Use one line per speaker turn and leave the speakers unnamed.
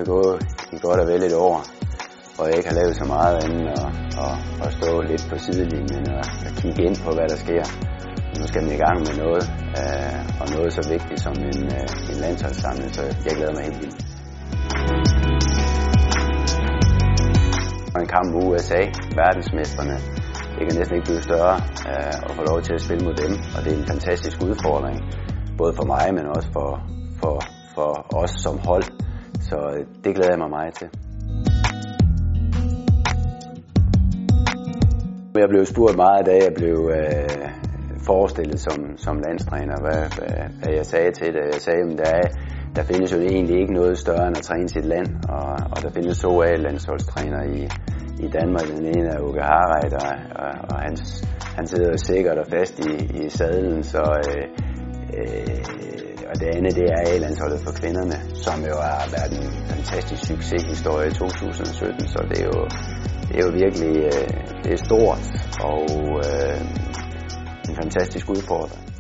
er gået i godt og vel et år, hvor jeg ikke har lavet så meget andet og stå lidt på sidelinjen og kigge ind på, hvad der sker. Nu skal man i gang med noget, og noget så vigtigt som en landsholdssamling, så jeg glæder mig helt vildt. En kamp mod USA, verdensmestrene, det kan næsten ikke blive større at få lov til at spille mod dem, og det er en fantastisk udfordring, både for mig, men også for os som hold, så det glæder jeg mig meget til. Jeg blev spurgt meget, da jeg blev forestillet som landstræner, hvad jeg sagde til det. Jeg sagde, at der findes jo egentlig ikke noget større end at træne sit land, og der findes 2 A-landsholdstrænere i Danmark. Den ene er Uke Harreid, og han sidder sikkert og fast i sadlen, så og det andet, det er A-landsholdet for kvinderne, som jo har været en fantastisk succeshistorie i 2017, så det er jo virkelig det er stort og en fantastisk udfordring.